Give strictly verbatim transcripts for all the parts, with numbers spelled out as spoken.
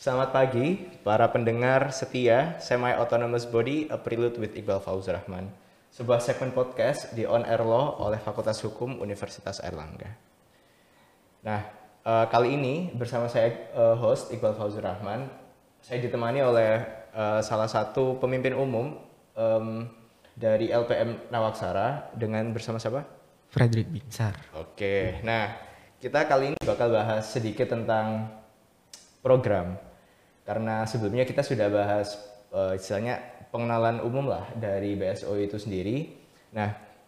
Selamat pagi, para pendengar setia Semi-Autonomous Body, A Prelude with Iqbal Fauzur Rahman. Sebuah segmen podcast di On Air Law oleh Fakultas Hukum Universitas Airlangga. Nah, uh, kali ini bersama saya uh, host Iqbal Fauzur Rahman. Saya ditemani oleh uh, salah satu pemimpin umum um, dari L P M Nawaksara dengan bersama siapa? Frederick Binsar. Oke, nah kita kali ini bakal bahas sedikit tentang program. Karena sebelumnya kita sudah bahas uh, istilahnya pengenalan umum lah dari B S O itu sendiri. Nah,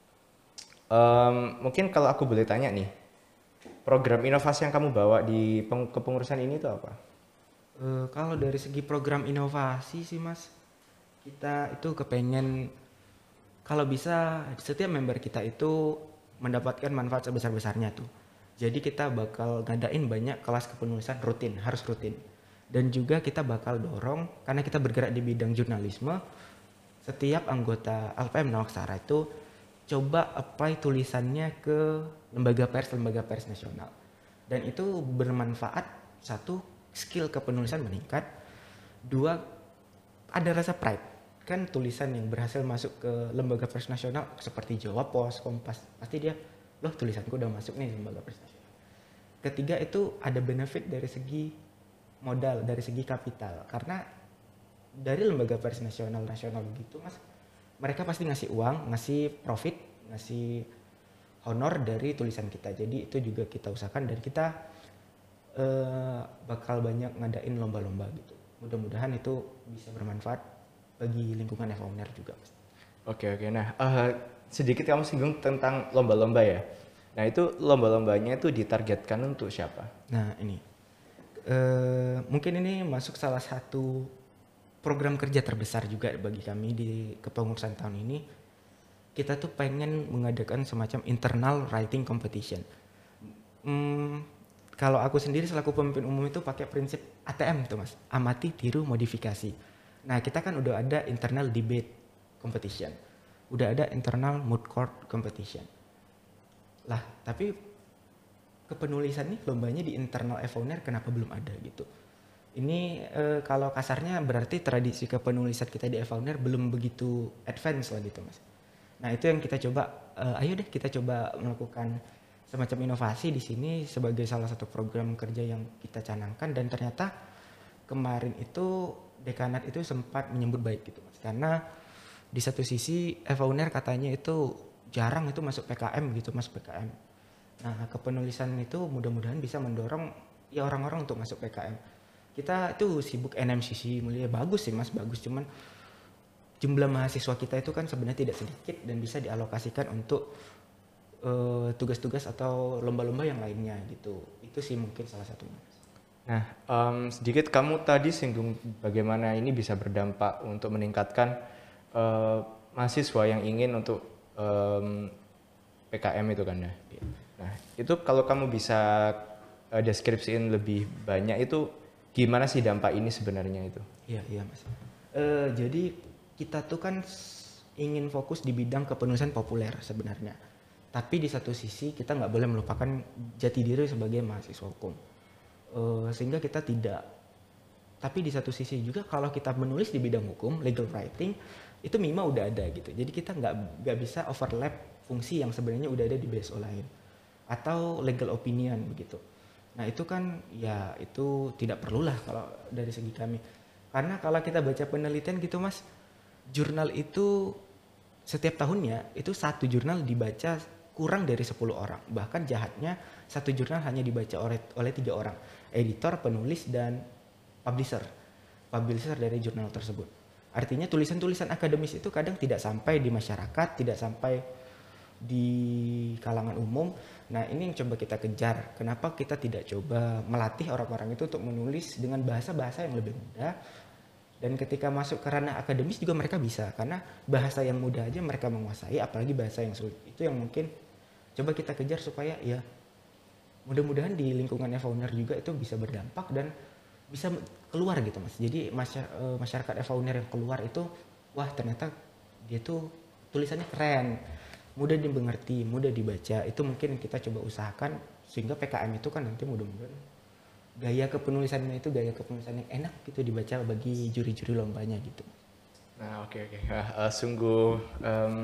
um, mungkin kalau aku boleh tanya nih, program inovasi yang kamu bawa di peng- kepengurusan ini itu apa? Uh, kalau dari segi program inovasi sih mas, kita itu kepengen kalau bisa setiap member kita itu mendapatkan manfaat sebesar-besarnya tuh. Jadi kita bakal ngadain banyak kelas kepenulisan rutin, harus rutin. Dan juga kita bakal dorong, karena kita bergerak di bidang jurnalisme, setiap anggota L P M Nawaksara itu coba apply tulisannya ke lembaga pers-lembaga pers nasional. Dan itu bermanfaat, satu, skill kepenulisan meningkat, dua, ada rasa pride. Kan tulisan yang berhasil masuk ke lembaga pers nasional seperti Jawa Pos, Kompas, pasti dia, loh tulisanku udah masuk nih lembaga pers nasional. Ketiga itu ada benefit dari segi modal, dari segi kapital, karena dari lembaga pers nasional nasional begitu mas, mereka pasti ngasih uang, ngasih profit, ngasih honor dari tulisan kita. Jadi itu juga kita usahakan dan kita uh, bakal banyak ngadain lomba-lomba gitu. Mudah-mudahan itu bisa bermanfaat bagi lingkungan F O N E R juga mas. Oke oke, nah uh, sedikit kamu singgung tentang lomba-lomba ya. Nah itu lomba-lombanya itu ditargetkan untuk siapa? Nah ini. Uh, mungkin ini masuk salah satu program kerja terbesar juga bagi kami di kepengurusan tahun ini. Kita tuh pengen mengadakan semacam internal writing competition. Hmm, kalau aku sendiri selaku pemimpin umum itu pakai prinsip A T M tuh mas, amati, tiru, modifikasi. Nah kita kan udah ada internal debate competition, udah ada internal moot court competition. Lah tapi kepenulisan nih lombanya di internal F O N E R kenapa belum ada gitu. Ini e, kalau kasarnya berarti tradisi kepenulisan kita di F O N E R belum begitu advance lah gitu mas. Nah itu yang kita coba, e, ayo deh kita coba melakukan semacam inovasi di sini sebagai salah satu program kerja yang kita canangkan. Dan ternyata kemarin itu dekanat itu sempat menyambut baik gitu mas. Karena di satu sisi F O N E R katanya itu jarang itu masuk P K M gitu mas, P K M. Nah kepenulisan itu mudah-mudahan bisa mendorong ya orang-orang untuk masuk P K M. Kita itu sibuk N M C C mulia, bagus sih mas, bagus, cuman jumlah mahasiswa kita itu kan sebenarnya tidak sedikit dan bisa dialokasikan untuk uh, tugas-tugas atau lomba-lomba yang lainnya gitu. Itu sih mungkin salah satunya. Nah um, sedikit kamu tadi singgung bagaimana ini bisa berdampak untuk meningkatkan uh, mahasiswa yang ingin untuk um, P K M itu kan ya. Nah, itu kalau kamu bisa uh, deskripsiin lebih banyak itu gimana sih dampak ini sebenarnya itu? Iya, iya mas. Uh, jadi kita tuh kan ingin fokus di bidang kepenulisan populer sebenarnya. Tapi di satu sisi kita nggak boleh melupakan jati diri sebagai mahasiswa hukum. Uh, sehingga kita tidak. Tapi di satu sisi juga kalau kita menulis di bidang hukum, legal writing, itu M I M A udah ada gitu. Jadi kita nggak nggak bisa overlap fungsi yang sebenarnya udah ada di B S O lain. Atau legal opinion begitu. Nah itu kan ya itu tidak perlulah kalau dari segi kami. Karena kalau kita baca penelitian gitu mas, jurnal itu setiap tahunnya itu satu jurnal dibaca kurang dari sepuluh orang. Bahkan jahatnya satu jurnal hanya dibaca oleh oleh tiga orang, editor, penulis, dan publisher. Publisher dari jurnal tersebut. Artinya tulisan-tulisan akademis itu kadang tidak sampai di masyarakat, tidak sampai di kalangan umum. Nah ini yang coba kita kejar. Kenapa kita tidak coba melatih orang-orang itu untuk menulis dengan bahasa-bahasa yang lebih mudah. Dan ketika masuk ke ranah akademis juga mereka bisa. Karena bahasa yang mudah aja mereka menguasai, apalagi bahasa yang sulit. Itu yang mungkin coba kita kejar supaya ya mudah-mudahan di lingkungan F O N E R juga itu bisa berdampak dan bisa keluar gitu mas. Jadi masyarakat F O N E R yang keluar itu wah ternyata dia tuh tulisannya keren, mudah dimengerti, mudah dibaca. Itu mungkin kita coba usahakan sehingga P K M itu kan nanti mudah-mudahan gaya kepenulisannya itu gaya kepenulisan yang enak gitu dibaca bagi juri-juri lombanya gitu. Nah, oke oke. Nah, eh, sungguh em,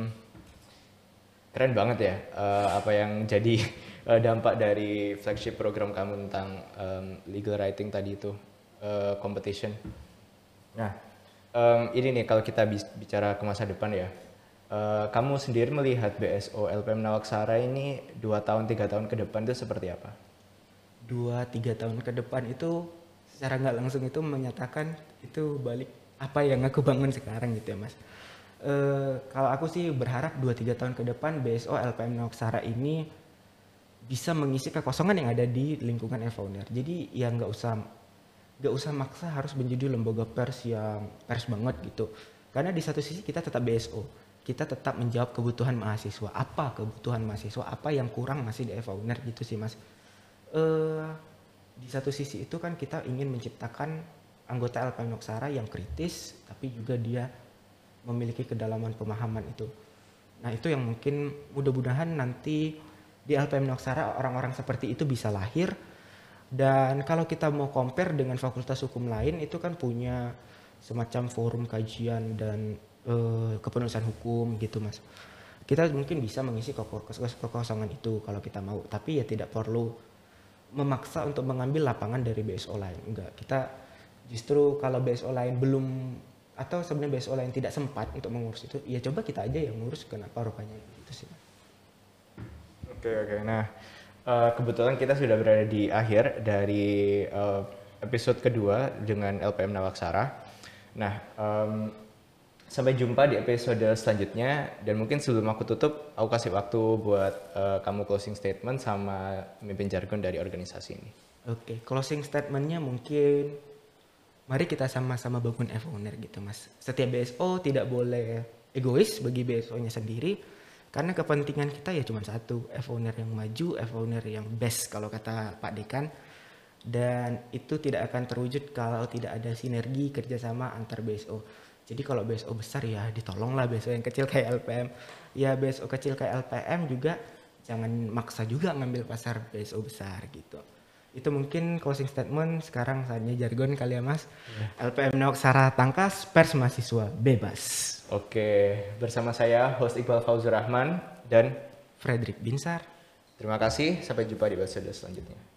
keren banget ya eh, apa yang jadi eh, dampak dari flagship program kamu tentang em, legal writing tadi itu, eh, competition. Nah, em, ini nih kalau kita bis- bicara ke masa depan ya, eh, kamu sendiri melihat B S O L P M Nawaksara ini dua tahun tiga tahun ke depan itu seperti apa? Dua tiga tahun ke depan itu secara nggak langsung itu menyatakan itu balik apa yang aku bangun sekarang gitu ya Mas. Eh, kalau aku sih berharap dua tiga tahun ke depan B S O L P M Nawaksara ini bisa mengisi kekosongan yang ada di lingkungan Evowner. Jadi ya nggak usah nggak usah maksa harus menjadi lembaga pers yang pers banget gitu. Karena di satu sisi kita tetap B S O, kita tetap menjawab kebutuhan mahasiswa. Apa kebutuhan mahasiswa? Apa yang kurang masih di Evowner gitu sih Mas. Eh, di satu sisi itu kan kita ingin menciptakan anggota L P M Nawaksara yang kritis, tapi juga dia memiliki kedalaman pemahaman itu. Nah itu yang mungkin mudah-mudahan nanti di L P M Nawaksara orang-orang seperti itu bisa lahir. Dan kalau kita mau compare dengan fakultas hukum lain itu kan punya semacam forum kajian dan eh, kepenulisan hukum gitu Mas. Kita mungkin bisa mengisi kekosongan itu kalau kita mau, tapi ya tidak perlu memaksa untuk mengambil lapangan dari B S O lain. Enggak, kita justru kalau B S O lain belum atau sebenarnya B S O lain tidak sempat untuk mengurus itu, ya coba kita aja yang ngurus, kenapa rupanya gitu sih. Oke oke. Nah, eh, kebetulan kita sudah berada di akhir dari eh, episode kedua dengan L P M Nawaksara. Nah, em, sampai jumpa di episode selanjutnya dan mungkin sebelum aku tutup, aku kasih waktu buat eh, kamu closing statement sama pemimpin jargon dari organisasi ini. Oke, closing statementnya mungkin mari kita sama-sama bangun Evowner gitu Mas. Setiap B S O tidak boleh egois bagi B S O-nya sendiri, karena kepentingan kita ya cuma satu, Evowner yang maju, Evowner yang best kalau kata Pak Dekan. Dan itu tidak akan terwujud kalau tidak ada sinergi kerjasama antar B S O. Jadi kalau B S O besar ya ditolonglah B S O yang kecil kayak L P M. Ya B S O kecil kayak L P M juga jangan maksa juga ngambil pasar B S O besar gitu. Itu mungkin closing statement. Sekarang saatnya jargon kali ya Mas. Yeah. L P M Nawaksara Tangkas, pers mahasiswa bebas. Oke, bersama saya host Iqbal Fauzur Rahman dan Frederick Binsar. Terima kasih, sampai jumpa di episode selanjutnya.